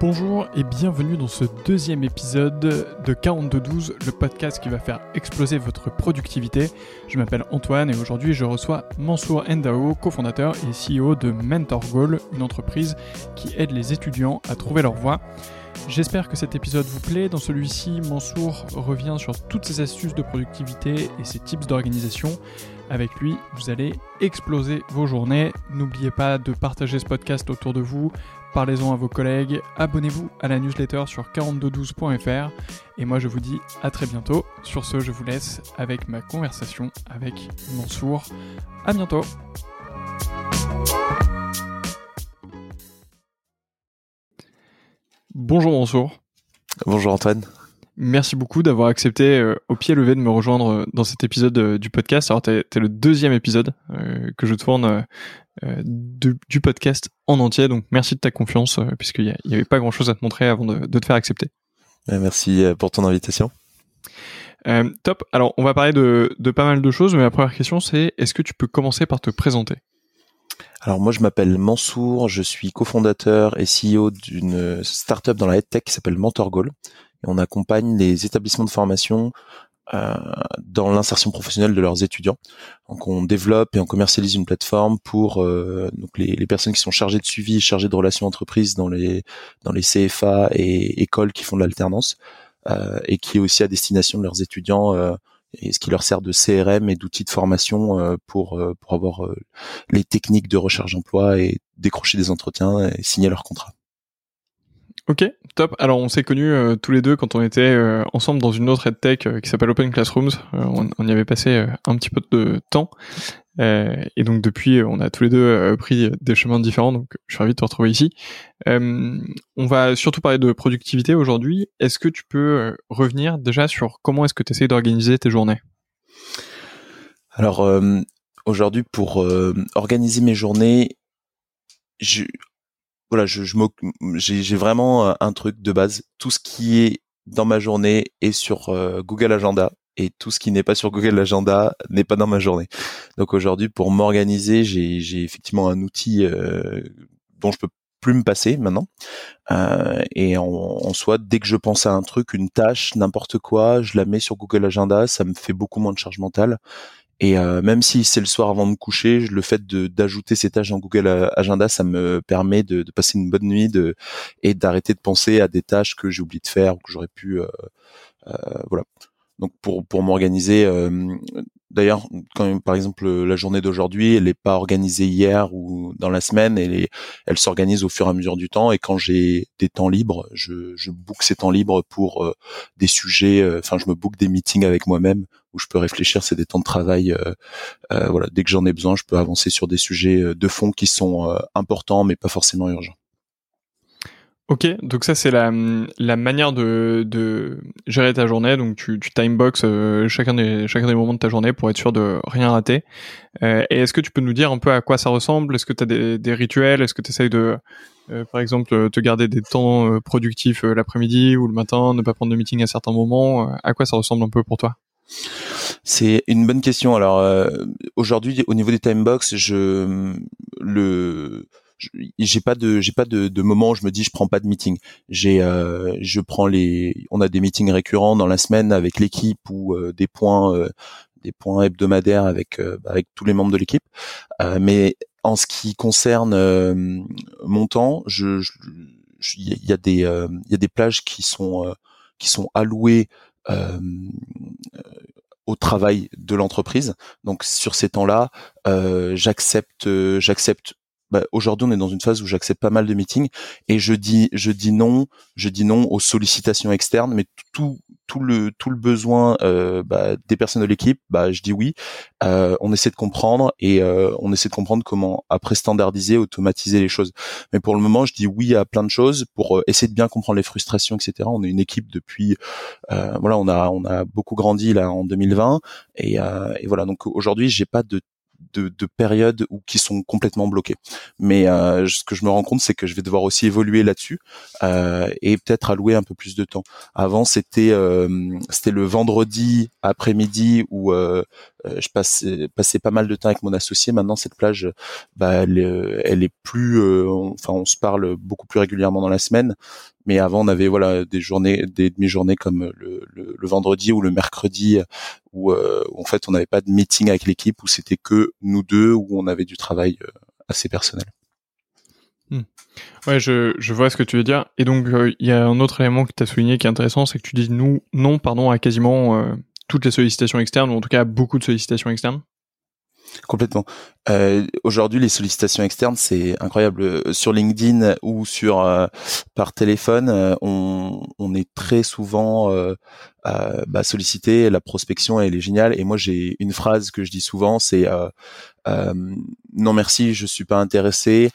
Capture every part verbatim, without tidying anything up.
Bonjour et bienvenue dans ce deuxième épisode de quarante-deux douze, le podcast qui va faire exploser votre productivité. Je m'appelle Antoine et aujourd'hui je reçois Mansour Ndao, cofondateur et C E O de MentorGoal, une entreprise qui aide les étudiants à trouver leur voie. J'espère que cet épisode vous plaît. Dans celui-ci, Mansour revient sur toutes ses astuces de productivité et ses tips d'organisation. Avec lui, vous allez exploser vos journées. N'oubliez pas de partager ce podcast autour de vous. Parlez-en à vos collègues. Abonnez-vous à la newsletter sur quarante-deux douze point f r. Et moi, je vous dis à très bientôt. Sur ce, je vous laisse avec ma conversation avec Mansour. À bientôt. Bonjour Mansour. Bonjour Antoine. Merci beaucoup d'avoir accepté euh, au pied levé de me rejoindre euh, dans cet épisode euh, du podcast. Alors t'es, t'es le deuxième épisode euh, que je tourne euh, euh, de, du podcast en entier, donc merci de ta confiance euh, puisqu'il y, a, il y avait pas grand chose à te montrer avant de, de te faire accepter. Merci pour ton invitation. Euh, top. Alors on va parler de, de pas mal de choses, mais la première question c'est est-ce que tu peux commencer par te présenter ? Alors moi je m'appelle Mansour, je suis cofondateur et C E O d'une startup dans la EdTech qui s'appelle MentorGoal. Et on accompagne les établissements de formation euh, dans l'insertion professionnelle de leurs étudiants. Donc on développe et on commercialise une plateforme pour euh, donc les, les personnes qui sont chargées de suivi, chargées de relations entreprises dans les dans les C F A et écoles qui font de l'alternance euh, et qui est aussi à destination de leurs étudiants euh, et ce qui leur sert de C R M et d'outils de formation euh, pour euh, pour avoir euh, les techniques de recherche d'emploi et décrocher des entretiens et signer leur contrat. Ok, top. Alors on s'est connus euh, tous les deux quand on était euh, ensemble dans une autre EdTech euh, qui s'appelle Open Classrooms. Euh, on, on y avait passé euh, un petit peu de temps. Euh, et donc depuis, on a tous les deux euh, pris des chemins différents. Donc je suis ravi de te retrouver ici. Euh, on va surtout parler de productivité aujourd'hui. Est-ce que tu peux euh, revenir déjà sur comment est-ce que tu essayes d'organiser tes journées ? Alors euh, aujourd'hui, pour euh, organiser mes journées, je Voilà, je, je j'ai, j'ai vraiment un truc de base. Tout ce qui est dans ma journée est sur euh, Google Agenda et tout ce qui n'est pas sur Google Agenda n'est pas dans ma journée. Donc aujourd'hui, pour m'organiser, j'ai, j'ai effectivement un outil euh, dont je peux plus me passer maintenant. Euh, et en, en soi, dès que je pense à un truc, une tâche, n'importe quoi, je la mets sur Google Agenda. Ça me fait beaucoup moins de charge mentale. Et euh, même si c'est le soir avant de me coucher, le fait de d'ajouter ces tâches dans Google Agenda, ça me permet de, de passer une bonne nuit de, et d'arrêter de penser à des tâches que j'ai oublié de faire ou que j'aurais pu. Euh, euh, voilà. Donc pour pour m'organiser. Euh, d'ailleurs, quand par exemple la journée d'aujourd'hui, elle n'est pas organisée hier ou dans la semaine, elle est, elle s'organise au fur et à mesure du temps. Et quand j'ai des temps libres, je je book ces temps libres pour euh, des sujets. Enfin, euh, je me book des meetings avec moi-même où je peux réfléchir. C'est des temps de travail. Euh, euh, voilà, dès que j'en ai besoin, je peux avancer sur des sujets de fond qui sont euh, importants, mais pas forcément urgents. Ok, donc ça c'est la, la manière de, de gérer ta journée. Donc tu, tu timebox euh, chacun des chacun des moments de ta journée pour être sûr de rien rater. Euh, et est-ce que tu peux nous dire un peu à quoi ça ressemble ? Est-ce que tu as des, des rituels ? Est-ce que tu essayes de, euh, par exemple, te garder des temps euh, productifs euh, l'après-midi ou le matin, ne pas prendre de meeting à certains moments ? À quoi ça ressemble un peu pour toi ? C'est une bonne question. Alors euh, aujourd'hui, au niveau des timebox, je le j'ai pas de j'ai pas de, de moment où je me dis je prends pas de meeting. J'ai euh, je prends les on a des meetings récurrents dans la semaine avec l'équipe ou euh, des points euh, des points hebdomadaires avec euh, avec tous les membres de l'équipe. Euh, mais en ce qui concerne euh, mon temps, je il y a des il euh, y a des plages qui sont euh, qui sont allouées euh, au travail de l'entreprise. Donc sur ces temps-là, euh, j'accepte euh, j'accepte bah, aujourd'hui, on est dans une phase où j'accepte pas mal de meetings et je dis, je dis non, je dis non aux sollicitations externes, mais tout, tout le, tout le besoin euh, bah, des personnes de l'équipe, bah, je dis oui. Euh, on essaie de comprendre et euh, on essaie de comprendre comment après standardiser, automatiser les choses. Mais pour le moment, je dis oui à plein de choses pour euh, essayer de bien comprendre les frustrations, et cetera. On est une équipe depuis, euh, voilà, on a, on a beaucoup grandi là en deux mille vingt et, euh, et voilà. Donc aujourd'hui, j'ai pas de De, de périodes où qui sont complètement bloquées. Mais euh, ce que je me rends compte, c'est que je vais devoir aussi évoluer là-dessus euh, et peut-être allouer un peu plus de temps. Avant, c'était euh, c'était le vendredi après-midi où euh, je passais, passais pas mal de temps avec mon associé. Maintenant, cette plage, bah, elle, elle est plus, euh, on, enfin, on se parle beaucoup plus régulièrement dans la semaine. Mais avant, on avait voilà des journées, des demi-journées comme le, le, le vendredi ou le mercredi, où, euh, où en fait, on n'avait pas de meeting avec l'équipe, où c'était que nous deux, où on avait du travail euh, assez personnel. Hmm. Ouais, je, je vois ce que tu veux dire. Et donc, il euh, y a un autre élément que tu as souligné qui est intéressant, c'est que tu dis nous, non pardon, à quasiment euh, toutes les sollicitations externes, ou en tout cas beaucoup de sollicitations externes. Complètement. Euh, aujourd'hui, les sollicitations externes, c'est incroyable. Sur LinkedIn ou sur euh, par téléphone, euh, on, on est très souvent euh, euh, bah, sollicité. La prospection, elle est géniale. Et moi, j'ai une phrase que je dis souvent, c'est euh, euh, non merci, je suis pas intéressé.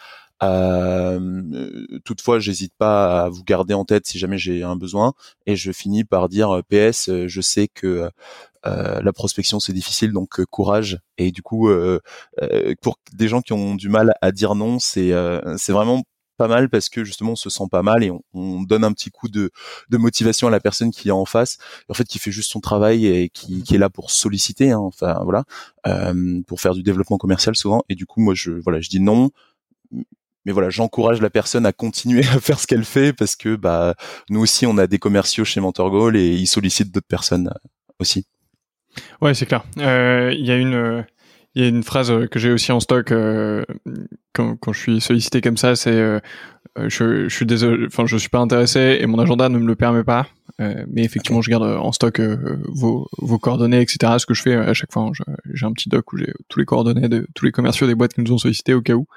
Euh, toutefois, j'hésite pas à vous garder en tête si jamais j'ai un besoin. Et je finis par dire P S, je sais que Euh, la prospection c'est difficile, donc euh, courage. Et du coup, euh, euh, pour des gens qui ont du mal à dire non, c'est euh, c'est vraiment pas mal parce que justement on se sent pas mal et on, on donne un petit coup de, de motivation à la personne qui est en face, en fait qui fait juste son travail et qui, qui est là pour solliciter, hein, enfin voilà, euh, pour faire du développement commercial souvent. Et du coup moi je voilà je dis non. Mais voilà, j'encourage la personne à continuer à faire ce qu'elle fait parce que bah nous aussi on a des commerciaux chez MentorGoal et ils sollicitent d'autres personnes aussi. Ouais, c'est clair. Il euh, y a une, il y a une phrase que j'ai aussi en stock euh, quand, quand je suis sollicité comme ça, c'est euh, je, je suis désolé, enfin je suis pas intéressé et mon agenda ne me le permet pas. Euh, mais effectivement, okay. Je garde en stock euh, vos, vos coordonnées, et cetera. Ce que je fais à chaque fois, hein, j'ai un petit doc où j'ai tous les coordonnées de tous les commerciaux des boîtes qui nous ont sollicité au cas où.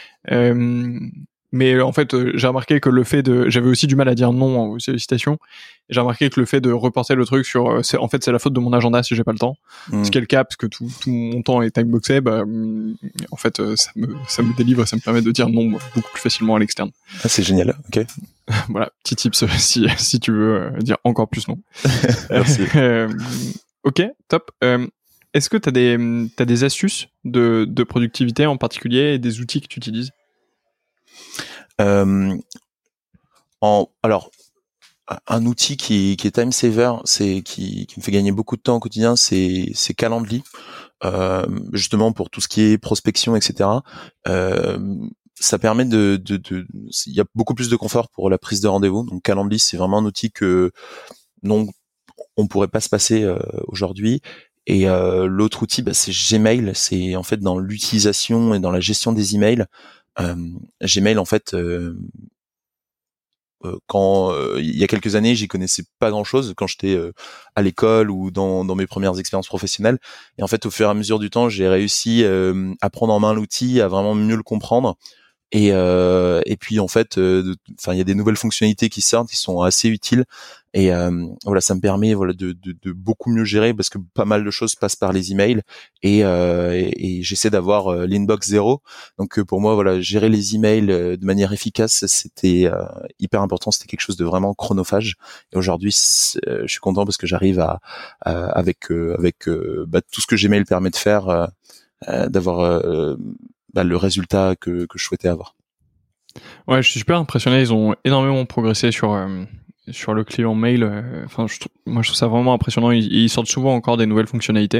Euh, mais en fait, j'ai remarqué que le fait de, j'avais aussi du mal à dire non aux sollicitations. J'ai remarqué que le fait de reporter le truc sur, c'est, en fait, c'est la faute de mon agenda si j'ai pas le temps. Mmh. Ce qui est le cas, parce que tout, tout mon temps est timeboxé, bah, en fait, ça me, ça me délivre, ça me permet de dire non beaucoup plus facilement à l'externe. Ah, c'est génial. Ok. Voilà, petit tips si, si tu veux dire encore plus non. Merci. euh, ok, top. Euh, est-ce que t'as des, t'as des astuces de, de productivité en particulier et des outils que tu utilises? Euh, en, alors, un outil qui, qui est time saver, c'est qui, qui me fait gagner beaucoup de temps au quotidien, c'est, c'est Calendly, euh, justement pour tout ce qui est prospection, et cetera. Euh, ça permet de, de, de, il y a beaucoup plus de confort pour la prise de rendez-vous. Donc Calendly, c'est vraiment un outil que non, on pourrait pas se passer euh, aujourd'hui. Et euh, l'autre outil, bah, c'est Gmail. C'est en fait dans l'utilisation et dans la gestion des emails. Euh, Gmail, en fait, euh, euh, quand euh, il y a quelques années, j'y connaissais pas grand-chose quand j'étais euh, à l'école ou dans, dans mes premières expériences professionnelles. Et en fait, au fur et à mesure du temps, j'ai réussi euh, à prendre en main l'outil, à vraiment mieux le comprendre. Et euh, et puis en fait, enfin, euh, il y a des nouvelles fonctionnalités qui sortent, qui sont assez utiles. Et euh, voilà, ça me permet voilà de, de, de beaucoup mieux gérer parce que pas mal de choses passent par les emails et, euh, et, et j'essaie d'avoir euh, l'inbox zéro. Donc euh, pour moi, voilà, gérer les emails euh, de manière efficace, c'était euh, hyper important. C'était quelque chose de vraiment chronophage. Et aujourd'hui, euh, je suis content parce que j'arrive à, à avec euh, avec euh, bah, tout ce que Gmail permet de faire, euh, euh, d'avoir euh, bah, le résultat que que je souhaitais avoir. Ouais, je suis super impressionné. Ils ont énormément progressé sur euh, sur le client mail. Enfin, euh, je trouve, moi, je trouve ça vraiment impressionnant. Ils, ils sortent souvent encore des nouvelles fonctionnalités.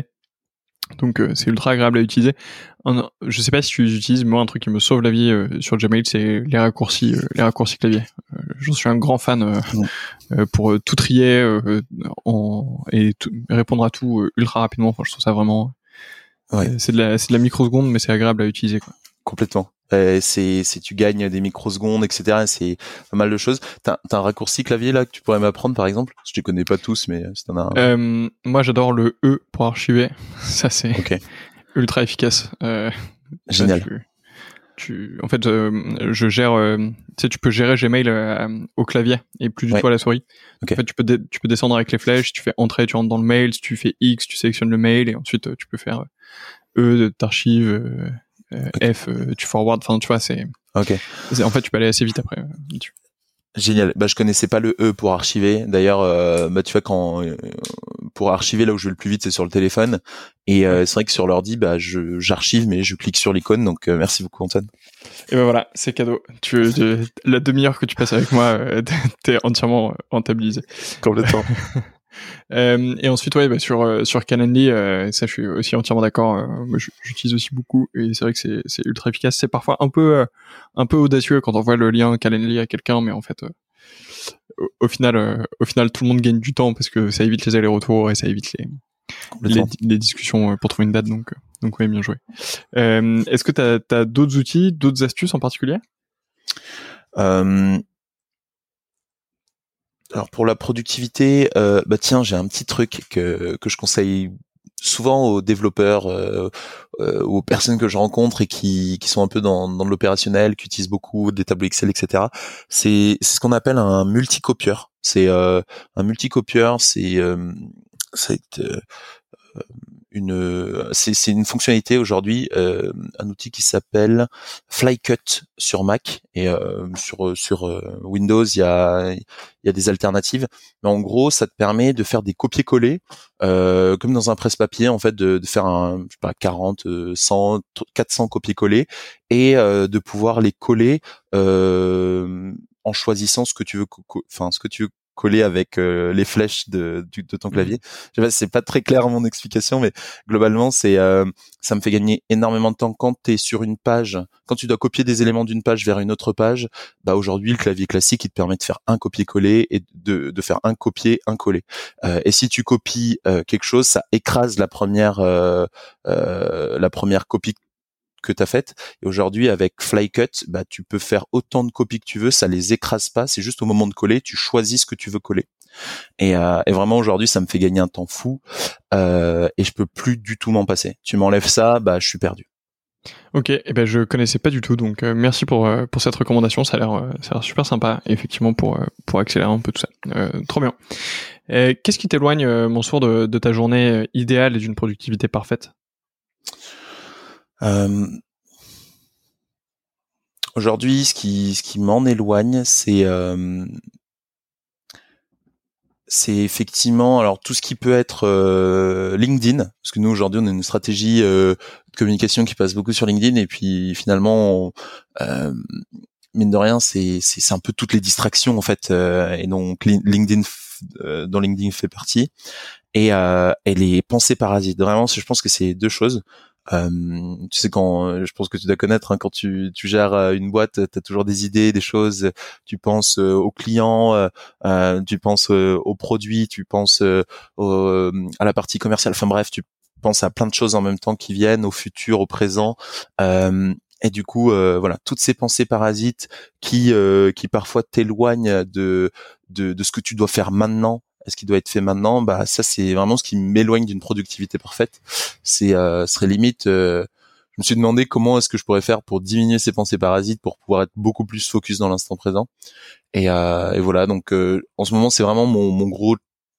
Donc, euh, c'est ultra agréable à utiliser. Un, je sais pas si tu les utilises, mais moi, un truc qui me sauve la vie euh, sur Gmail, c'est les raccourcis, euh, les raccourcis clavier. Euh, j'en suis un grand fan euh, mmh. euh, pour euh, tout trier euh, en, et tout, répondre à tout euh, ultra rapidement. Enfin, je trouve ça vraiment. Ouais. Euh, c'est de la, c'est de la microseconde, mais c'est agréable à utiliser, quoi. Complètement. Euh, c'est, c'est, tu gagnes des microsecondes, et cetera. C'est pas mal de choses. T'as, t'as un raccourci clavier là que tu pourrais m'apprendre, par exemple? Je les connais pas tous, mais si t'en as un. Euh, moi, j'adore le E pour archiver. Ça, c'est okay. ultra efficace. Euh, Génial. Ça, tu, tu, en fait, euh, je gère. Euh, tu sais, tu peux gérer Gmail euh, au clavier et plus du ouais. tout à la souris. Okay. En fait, tu peux, dé- tu peux descendre avec les flèches. Tu fais entrée, tu rentres dans le mail. Si tu fais X, tu sélectionnes le mail et ensuite tu peux faire E, t'archives. Euh, Euh, okay. F, euh, tu forward, enfin tu vois, c'est. Ok. C'est, en fait, tu peux aller assez vite après. Euh, tu... Génial. Bah je connaissais pas le E pour archiver. D'ailleurs, euh, bah tu vois quand euh, pour archiver là où je vais le plus vite, c'est sur le téléphone. Et euh, ouais. c'est vrai que sur l'ordi, bah je j'archive, mais je clique sur l'icône. Donc euh, merci beaucoup Antoine. Et ben voilà, c'est cadeau. Tu, tu la demi-heure que tu passes avec moi, euh, t'es entièrement rentabilisé. Complètement. Euh, et ensuite, ouais, bah, sur euh, sur Calendly, euh, ça, je suis aussi entièrement d'accord. Euh, moi, j'utilise aussi beaucoup, et c'est vrai que c'est c'est ultra efficace. C'est parfois un peu euh, un peu audacieux quand on voit le lien Calendly à quelqu'un, mais en fait, euh, au, au final, euh, au final, tout le monde gagne du temps parce que ça évite les allers-retours et ça évite les les, les discussions pour trouver une date. Donc, donc ouais, bien joué. Euh, est-ce que t'as t'as d'autres outils, d'autres astuces en particulier? Euh... Alors pour la productivité, euh, bah tiens, j'ai un petit truc que que je conseille souvent aux développeurs euh, euh, aux personnes que je rencontre et qui qui sont un peu dans dans l'opérationnel, qui utilisent beaucoup des tableaux Excel, et cetera. C'est c'est ce qu'on appelle un multicopieur. C'est euh, un multicopieur, c'est euh, c'est euh, une c'est c'est une fonctionnalité aujourd'hui, euh, un outil qui s'appelle Flycut sur Mac, et euh, sur sur euh, Windows il y a il y a des alternatives, mais en gros ça te permet de faire des copier-coller euh, comme dans un presse-papier, en fait, de, de faire un je sais pas quarante, cent, quatre cents copier-coller, et euh, de pouvoir les coller euh, en choisissant ce que tu veux enfin ce que tu veux coller avec euh, les flèches de, de, de ton clavier. Je sais pas, c'est pas très clair mon explication, mais globalement, c'est euh, ça me fait gagner énormément de temps quand tu es sur une page, quand tu dois copier des éléments d'une page vers une autre page. Bah aujourd'hui, le clavier classique, il te permet de faire un copier-coller et de, de faire un copier, un coller. Euh, et si tu copies euh, quelque chose, ça écrase la première euh, euh, la première copie que tu as faite. Et aujourd'hui, avec Flycut, bah, tu peux faire autant de copies que tu veux, ça les écrase pas, c'est juste au moment de coller, tu choisis ce que tu veux coller. Et, euh, et vraiment, aujourd'hui, ça me fait gagner un temps fou, euh, et je peux plus du tout m'en passer. Tu m'enlèves ça, bah, je suis perdu. Ok, et eh ben je connaissais pas du tout, donc euh, merci pour euh, pour cette recommandation, ça a l'air euh, ça a l'air super sympa, effectivement, pour euh, pour accélérer un peu tout ça. Euh, trop bien. Euh, qu'est-ce qui t'éloigne, euh, Mansour, de, de ta journée idéale et d'une productivité parfaite? Euh, aujourd'hui, ce qui ce qui m'en éloigne, c'est euh, c'est effectivement alors tout ce qui peut être euh, LinkedIn, parce que nous aujourd'hui on a une stratégie euh, de communication qui passe beaucoup sur LinkedIn, et puis finalement on, euh, mine de rien c'est c'est c'est un peu toutes les distractions en fait, euh, et donc LinkedIn euh, dont LinkedIn fait partie, et euh, et les pensées parasites. Vraiment, je pense que c'est deux choses. Euh, tu sais, quand je pense que tu dois connaître, hein, quand tu, tu gères une boîte, tu as toujours des idées, des choses, tu penses euh, aux clients, euh, euh, tu penses euh, aux produits, tu penses euh, au, à la partie commerciale, enfin bref, tu penses à plein de choses en même temps qui viennent, au futur, au présent, euh, et du coup euh, voilà, toutes ces pensées parasites qui euh, qui parfois t'éloignent de, de de ce que tu dois faire maintenant, ce qui doit être fait maintenant, bah ça c'est vraiment ce qui m'éloigne d'une productivité parfaite. C'est euh, serait limite euh, je me suis demandé comment est-ce que je pourrais faire pour diminuer ces pensées parasites pour pouvoir être beaucoup plus focus dans l'instant présent. Et, euh, et voilà, donc euh, en ce moment c'est vraiment mon, mon gros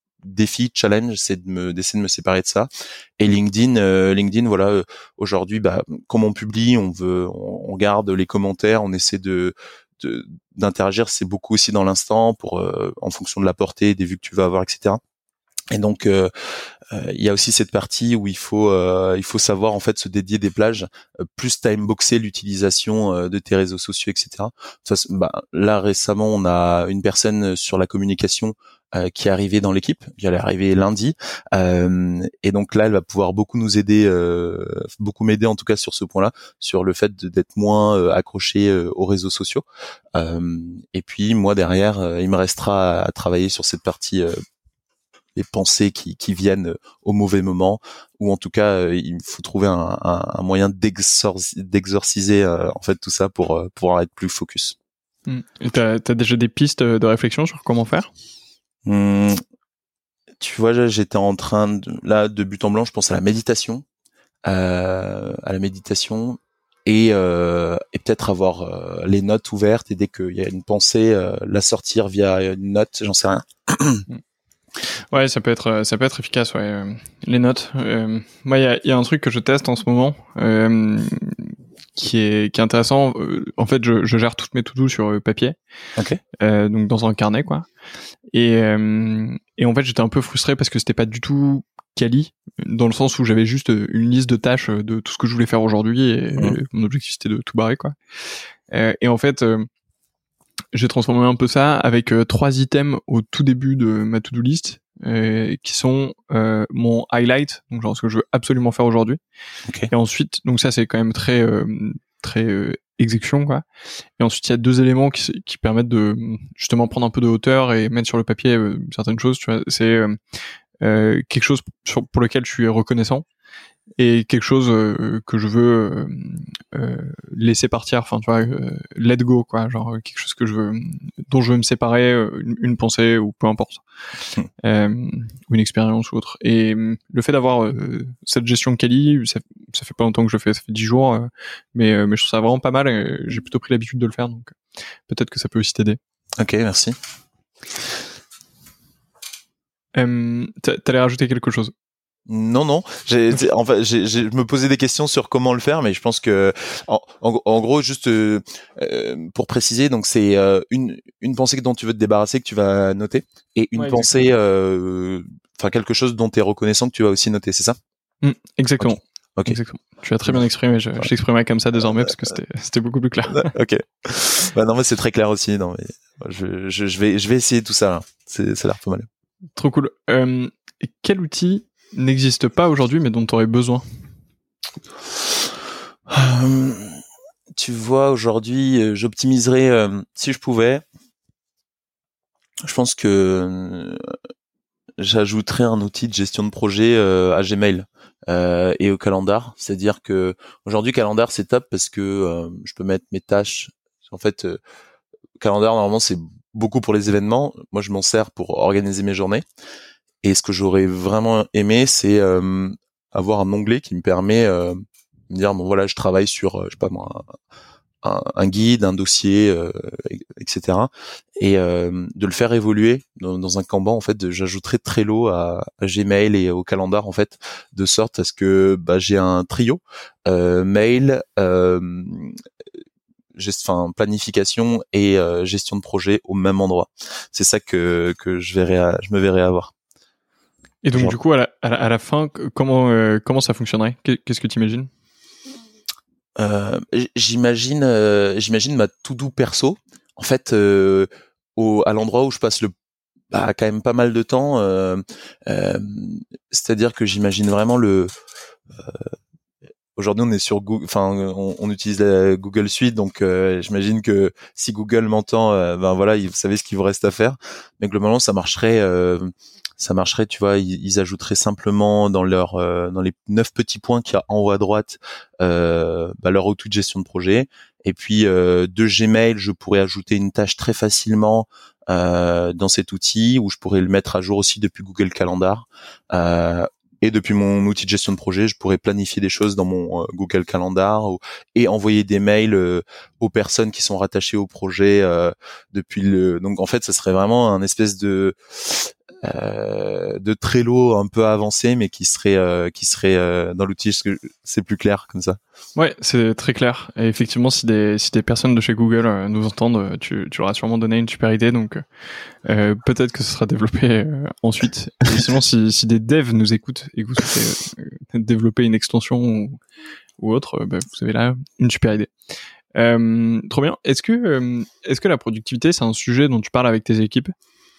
défi, challenge, c'est de me d'essayer de me séparer de ça. Et LinkedIn, euh, LinkedIn, voilà, euh, aujourd'hui, bah, comme on publie, on veut, on, on garde les commentaires, on essaie de, de d'interagir. C'est beaucoup aussi dans l'instant, pour euh, en fonction de la portée, des vues que tu vas avoir, et cetera. Et donc, euh, euh, il y a aussi cette partie où il faut, euh, il faut savoir en fait se dédier des plages, euh, plus timeboxer l'utilisation euh, de tes réseaux sociaux, et cetera. Ça, bah, là récemment, on a une personne sur la communication euh, qui est arrivée dans l'équipe. Elle est arrivée lundi, euh, et donc là, elle va pouvoir beaucoup nous aider, euh, beaucoup m'aider en tout cas sur ce point-là, sur le fait de, d'être moins euh, accroché euh, aux réseaux sociaux. Euh, et puis moi derrière, euh, il me restera à, à travailler sur cette partie. Euh, les pensées qui, qui viennent au mauvais moment, ou en tout cas euh, il faut trouver un, un, un moyen d'exorciser, d'exorciser euh, en fait tout ça pour euh, pouvoir être plus focus. Mmh. Et t'as, t'as déjà des pistes de réflexion sur comment faire? Mmh, tu vois, j'étais en train de, là de but en blanc, je pense à la méditation, euh, à la méditation. Et, euh, et peut-être avoir euh, les notes ouvertes, et dès qu'il y a une pensée, euh, la sortir via une note, j'en sais rien. Ouais, ça peut être ça peut être efficace, ouais. Euh, les notes. Euh, moi, il y a, y a un truc que je teste en ce moment euh, qui est qui est intéressant. Euh, en fait, je, je gère toutes mes to-do sur papier, okay. euh, donc dans un carnet, quoi. Et euh, et en fait, j'étais un peu frustré parce que c'était pas du tout quali, dans le sens où j'avais juste une liste de tâches de tout ce que je voulais faire aujourd'hui, et, mmh. et mon objectif c'était de tout barrer, quoi. Euh, et en fait. Euh, j'ai transformé un peu ça avec euh, trois items au tout début de ma to-do list, euh, qui sont euh, mon highlight, donc genre ce que je veux absolument faire aujourd'hui. Okay. Et ensuite, donc ça c'est quand même très euh, très euh, exécution quoi. Et ensuite il y a deux éléments qui, qui permettent de justement prendre un peu de hauteur et mettre sur le papier euh, certaines choses. Tu vois, c'est euh, euh, quelque chose sur, pour lequel je suis reconnaissant et quelque chose euh, que je veux euh, euh, laisser partir, enfin tu vois, euh, let go quoi, genre quelque chose que je veux, dont je veux me séparer, euh, une, une pensée ou peu importe, Hmm. euh, ou une expérience ou autre. Et euh, le fait d'avoir euh, cette gestion de quali, ça, ça fait pas longtemps que je le fais, ça fait dix jours, euh, mais euh, mais je trouve ça vraiment pas mal. Et j'ai plutôt pris l'habitude de le faire, donc peut-être que ça peut aussi t'aider. Ok, merci. Euh, t'allais rajouter quelque chose? Non, non. J'ai, okay. En fait, j'ai, j'ai, je me posais des questions sur comment le faire, mais je pense que, en, en, en gros, juste euh, euh, pour préciser, donc c'est euh, une une pensée dont tu veux te débarrasser que tu vas noter, et une ouais, pensée, enfin euh, quelque chose dont tu es reconnaissant que tu vas aussi noter, c'est ça? Mmh, exactement. Okay. Okay. Exactement. Tu as très bien exprimé. Je, ouais. je t'exprimerai comme ça désormais parce que c'était, c'était beaucoup plus clair. Ok. Bah non, mais c'est très clair aussi. Non, mais je, je, je vais, je vais essayer tout ça. Là. C'est, ça a l'air pas mal. Trop cool. Euh, quel outil n'existe pas aujourd'hui, mais dont tu aurais besoin? euh, Tu vois, aujourd'hui, j'optimiserais euh, si je pouvais. Je pense que euh, j'ajouterais un outil de gestion de projet euh, à Gmail. Euh, et au calendar, c'est-à-dire que aujourd'hui calendar c'est top parce que euh, je peux mettre mes tâches. En fait, euh, calendar normalement c'est beaucoup pour les événements. Moi je m'en sers pour organiser mes journées. Et ce que j'aurais vraiment aimé, c'est euh, avoir un onglet qui me permet euh, de me dire bon voilà je travaille sur euh, je sais pas moi un, un guide, un dossier, euh, et cetera. Et euh, de le faire évoluer dans, dans un Kanban, en fait, j'ajouterai Trello à, à Gmail et au calendar, en fait, de sorte à ce que bah, j'ai un trio, euh, mail, euh, gest, enfin, planification et euh, gestion de projet au même endroit. C'est ça que, que je, verrai à, je me verrai avoir. Et donc, Genre. du coup, à la, à la, à la fin, comment, euh, comment ça fonctionnerait? Qu'est-ce que tu imagines? Euh, j'imagine, euh, j'imagine ma to-do perso. En fait, euh, au, à l'endroit où je passe le, bah, quand même pas mal de temps. Euh, euh, c'est-à-dire que j'imagine vraiment le. Euh, aujourd'hui, on est sur Google, enfin, on, on utilise la Google Suite, donc euh, j'imagine que si Google m'entend, euh, ben voilà, vous savez ce qu'il vous reste à faire. Mais globalement, ça marcherait. Euh, ça marcherait, tu vois, ils, ils ajouteraient simplement dans leur euh, dans les neuf petits points qu'il y a en haut à droite euh, bah, leur outil de gestion de projet. Et puis euh, de Gmail, je pourrais ajouter une tâche très facilement euh, dans cet outil où je pourrais le mettre à jour aussi depuis Google Calendar. Euh, et depuis mon outil de gestion de projet, je pourrais planifier des choses dans mon euh, Google Calendar ou, et envoyer des mails euh, aux personnes qui sont rattachées au projet euh, depuis le. Donc en fait, ça serait vraiment un espèce de Euh, de Trello un peu avancé mais qui serait euh, qui serait euh, dans l'outil. Est-ce que c'est plus clair comme ça? Ouais, c'est très clair. Et effectivement, si des si des personnes de chez Google euh, nous entendent, tu tu leur as sûrement donné une super idée, donc euh, peut-être que ce sera développé euh, ensuite. Et sinon, si si des devs nous écoutent et que vous souhaitez euh, développer une extension ou, ou autre, euh, bah, vous avez là une super idée. Euh, trop bien. Est-ce que euh, est-ce que la productivité c'est un sujet dont tu parles avec tes équipes?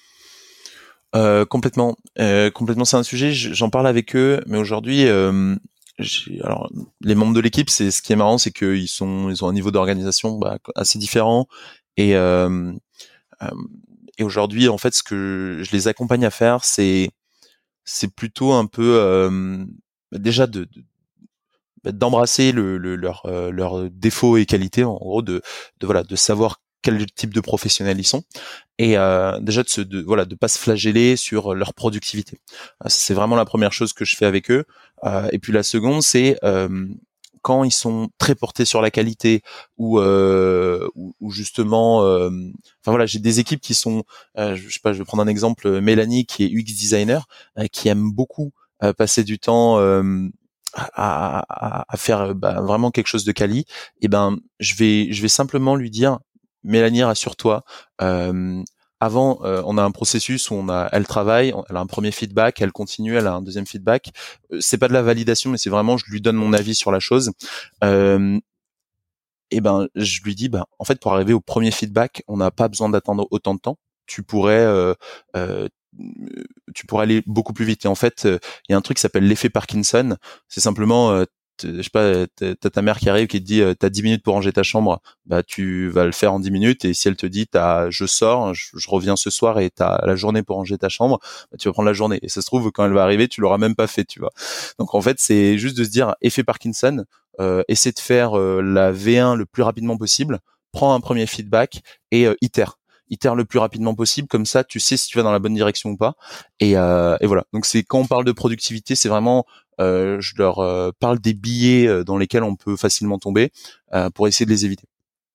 Euh, complètement, euh, complètement. C'est un sujet. J'en parle avec eux, mais aujourd'hui, euh, j'ai, alors les membres de l'équipe, c'est ce qui est marrant, c'est qu'ils sont, ils ont un niveau d'organisation bah, assez différent. Et euh, euh, et aujourd'hui, en fait, ce que je les accompagne à faire, c'est c'est plutôt un peu euh, déjà de, de d'embrasser le, le, leur euh, leurs défauts et qualités, en gros, de de voilà, de savoir quel type de professionnels ils sont et euh, déjà de se de voilà de pas se flageller sur leur productivité. C'est vraiment la première chose que je fais avec eux. Euh, et puis la seconde, c'est euh, quand ils sont très portés sur la qualité ou euh, ou, ou justement euh, enfin voilà, j'ai des équipes qui sont euh, je sais pas, je vais prendre un exemple, Mélanie qui est U X designer euh, qui aime beaucoup euh, passer du temps euh, à, à, à faire bah, vraiment quelque chose de quali. Et ben je vais je vais simplement lui dire Mélanie, rassure-toi. Euh, avant, euh, on a un processus où on a, elle travaille, elle a un premier feedback, elle continue, elle a un deuxième feedback. Euh, c'est pas de la validation, mais c'est vraiment, je lui donne mon avis sur la chose. Euh, et ben je lui dis, bah en fait pour arriver au premier feedback, on n'a pas besoin d'attendre autant de temps. Tu pourrais euh, euh, tu pourrais aller beaucoup plus vite. Et en fait, il euh, y a un truc qui s'appelle l'effet Parkinson. C'est simplement euh, je sais pas, t'as ta mère qui arrive qui te dit euh, t'as dix minutes pour ranger ta chambre, bah tu vas le faire en dix minutes, et si elle te dit t'as je sors, je, je reviens ce soir et t'as la journée pour ranger ta chambre, bah, tu vas prendre la journée, et ça se trouve quand elle va arriver tu l'auras même pas fait, tu vois. Donc en fait c'est juste de se dire effet Parkinson, euh, essaie de faire euh, la V un le plus rapidement possible, prends un premier feedback et euh, itère itère le plus rapidement possible, comme ça tu sais si tu vas dans la bonne direction ou pas, et, euh, et voilà. Donc c'est quand on parle de productivité, c'est vraiment Euh, je leur euh, parle des biais euh, dans lesquels on peut facilement tomber euh, pour essayer de les éviter.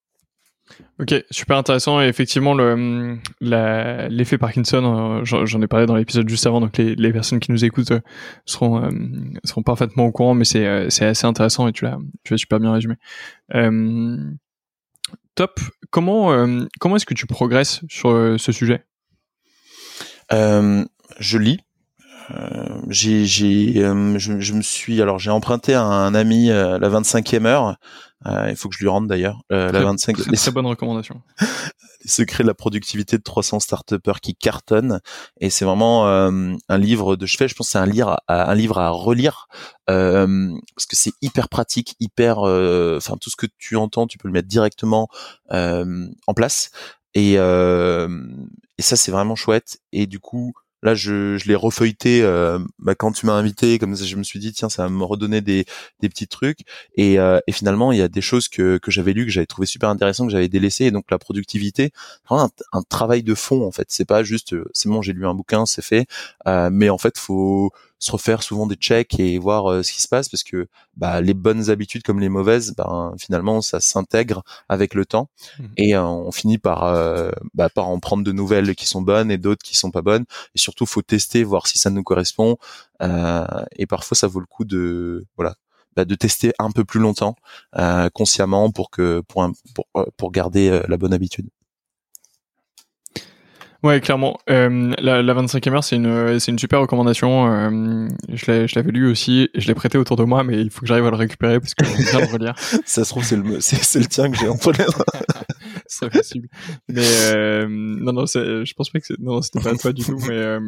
Ok, super intéressant. Et effectivement, le, la, l'effet Parkinson, euh, j'en, j'en ai parlé dans l'épisode juste avant, donc les, les personnes qui nous écoutent euh, seront, euh, seront parfaitement au courant, mais c'est, euh, c'est assez intéressant et tu l'as, tu l'as super bien résumé. Euh, top. Comment, euh, comment est-ce que tu progresses sur euh, ce sujet ? euh, Je lis. Euh, j'ai, j'ai, euh, je, je me suis, alors j'ai emprunté à un ami euh, la vingt-cinquième heure. Euh, il faut que je lui rende d'ailleurs euh, très, la vingt-cinq. Très, très bonne recommandation. Les secrets de la productivité de trois cents start-upers qui cartonnent, et c'est vraiment euh, un livre de chevet. Je pense que c'est un livre, à, un livre à relire euh, parce que c'est hyper pratique, hyper, enfin euh, tout ce que tu entends, tu peux le mettre directement euh, en place, et, euh, et ça c'est vraiment chouette. Et du coup là, je, je l'ai refeuilleté euh, bah, quand tu m'as invité, comme ça, je me suis dit tiens, ça va me redonner des, des petits trucs. Et, euh, et finalement, il y a des choses que, que j'avais lues, que j'avais trouvé super intéressantes, que j'avais délaissées. Et donc la productivité, c'est vraiment un, un travail de fond en fait. C'est pas juste, c'est bon, j'ai lu un bouquin, c'est fait. Euh, mais en fait, faut se refaire souvent des checks et voir euh, ce qui se passe, parce que bah, les bonnes habitudes comme les mauvaises, ben finalement, ça s'intègre avec le temps, mmh. et euh, on finit par euh, bah, par en prendre de nouvelles qui sont bonnes et d'autres qui sont pas bonnes. Et surtout, faut tester, voir si ça nous correspond. Euh, et parfois, ça vaut le coup de voilà. Bah, de tester un peu plus longtemps euh, consciemment pour que pour un, pour pour garder euh, la bonne habitude. Ouais, clairement. Euh, la, la vingt-cinquième heure, c'est une, c'est une super recommandation. Euh, je l'ai, je l'avais lu aussi, et je l'ai prêté autour de moi, mais il faut que j'arrive à le récupérer parce que je vais bien le relire. Ça se trouve, c'est le, c'est, c'est le tien que j'ai en problème. C'est possible. Mais euh, non, non, c'est, je pense pas que c'est, non, c'était pas toi du tout. Mais euh,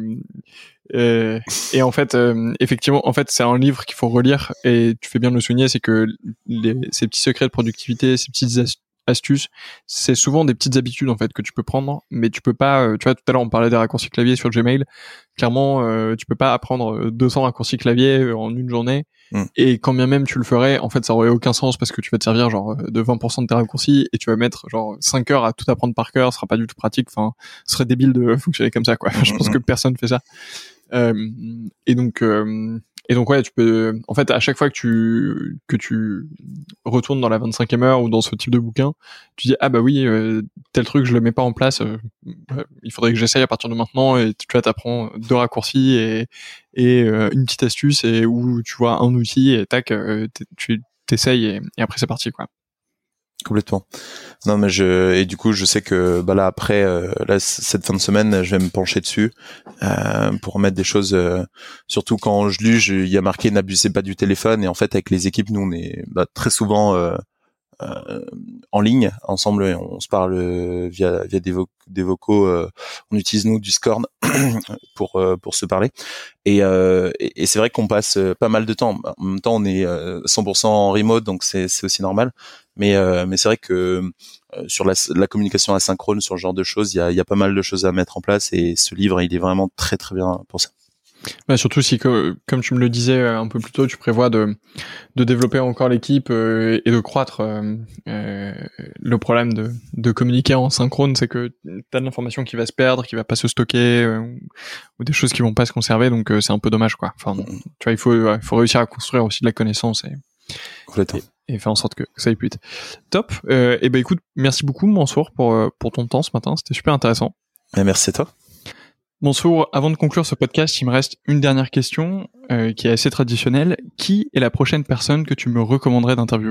et, et en fait, euh, effectivement, en fait, c'est un livre qu'il faut relire, et tu fais bien de le souligner, c'est que les, ces petits secrets de productivité, ces petites astuces, astuces, c'est souvent des petites habitudes en fait que tu peux prendre, mais tu peux pas, euh, tu vois, tout à l'heure on parlait des raccourcis clavier sur Gmail, clairement euh, tu peux pas apprendre deux cents raccourcis clavier en une journée, mm. et quand bien même tu le ferais, en fait ça aurait aucun sens, parce que tu vas te servir genre de vingt pour cent de tes raccourcis et tu vas mettre genre cinq heures à tout apprendre par cœur, ce sera pas du tout pratique, enfin ce serait débile de fonctionner comme ça quoi. Je pense que personne fait ça. Euh, et donc euh, et donc ouais, tu peux, en fait, à chaque fois que tu que tu retournes dans la vingt-cinquième heure ou dans ce type de bouquin, tu dis ah bah oui, euh, tel truc je le mets pas en place, euh, il faudrait que j'essaye à partir de maintenant, et tu vois, t'apprends deux raccourcis et et euh, une petite astuce, et où tu vois un outil et tac, euh, tu t'essayes, et, et après c'est parti quoi. Complètement. Non mais je et du coup je sais que bah là après euh, là cette fin de semaine je vais me pencher dessus euh, pour remettre des choses euh, surtout quand je lis il y a marqué n'abusez pas du téléphone, et en fait avec les équipes nous on est bah, très souvent euh, euh, en ligne ensemble, et on se parle euh, via via des, vo- des vocaux, euh, on utilise nous du Discord pour euh, pour se parler, et, euh, et, et c'est vrai qu'on passe euh, pas mal de temps. En même temps on est euh, cent pour cent en remote, donc c'est c'est aussi normal, mais euh, mais c'est vrai que euh, sur la, la communication asynchrone, sur ce genre de choses, il y a il y a pas mal de choses à mettre en place, et ce livre il est vraiment très très bien pour ça. Bah surtout si, que, comme tu me le disais un peu plus tôt, tu prévois de de développer encore l'équipe euh, et de croître. Euh, euh, le problème de de communiquer en synchrone, c'est que t'as de l'information qui va se perdre, qui va pas se stocker, euh, ou des choses qui vont pas se conserver, donc euh, c'est un peu dommage quoi. Enfin, tu vois, il faut il faut réussir à construire aussi de la connaissance, et Complètement. Et, et faire en sorte que, que ça aille plus vite. Top. Euh, et ben écoute, merci beaucoup Mansour pour pour ton temps ce matin, c'était super intéressant. Et merci à toi. Mansour, avant de conclure ce podcast, il me reste une dernière question euh, qui est assez traditionnelle. Qui est la prochaine personne que tu me recommanderais d'interviewer ?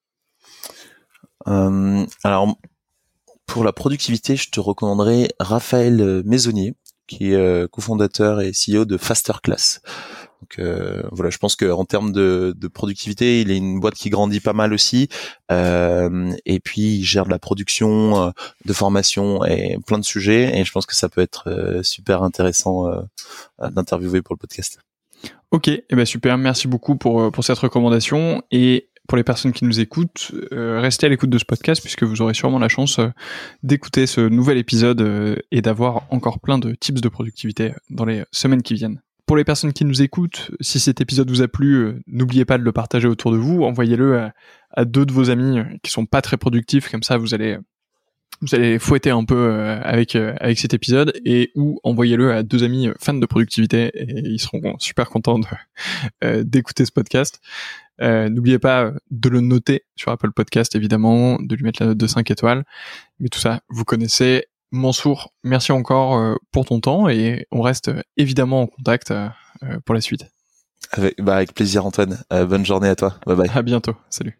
euh, Alors, pour la productivité, je te recommanderais Raphaël Maisonnier, qui est euh, cofondateur et C E O de Fasterclass. Donc euh, voilà, je pense que en termes de, de productivité, il est une boîte qui grandit pas mal aussi. Euh, et puis il gère de la production, euh, de formation et plein de sujets. Et je pense que ça peut être euh, super intéressant euh, d'interviewer pour le podcast. Ok, et eh ben super, merci beaucoup pour pour cette recommandation. Et pour les personnes qui nous écoutent, euh, restez à l'écoute de ce podcast puisque vous aurez sûrement la chance euh, d'écouter ce nouvel épisode euh, et d'avoir encore plein de tips de productivité dans les semaines qui viennent. Pour les personnes qui nous écoutent, si cet épisode vous a plu, euh, n'oubliez pas de le partager autour de vous, envoyez-le à, à deux de vos amis euh, qui sont pas très productifs, comme ça vous allez vous allez fouetter un peu euh, avec euh, avec cet épisode, et ou envoyez-le à deux amis fans de productivité et ils seront super contents de, euh, d'écouter ce podcast. Euh, n'oubliez pas de le noter sur Apple Podcast, évidemment, de lui mettre la note de cinq étoiles, mais tout ça, vous connaissez. Mansour, merci encore euh, pour ton temps et on reste euh, évidemment en contact euh, pour la suite. Avec, bah avec plaisir Antoine, euh, bonne journée à toi, bye bye. À bientôt, salut.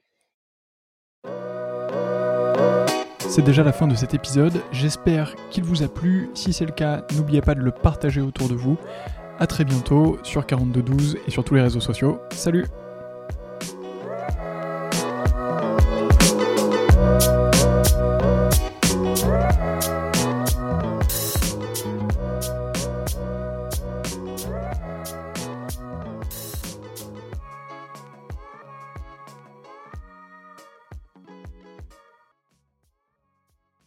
C'est déjà la fin de cet épisode, j'espère qu'il vous a plu. Si c'est le cas, n'oubliez pas de le partager autour de vous. À très bientôt sur quarante-deux douze et sur tous les réseaux sociaux. Salut!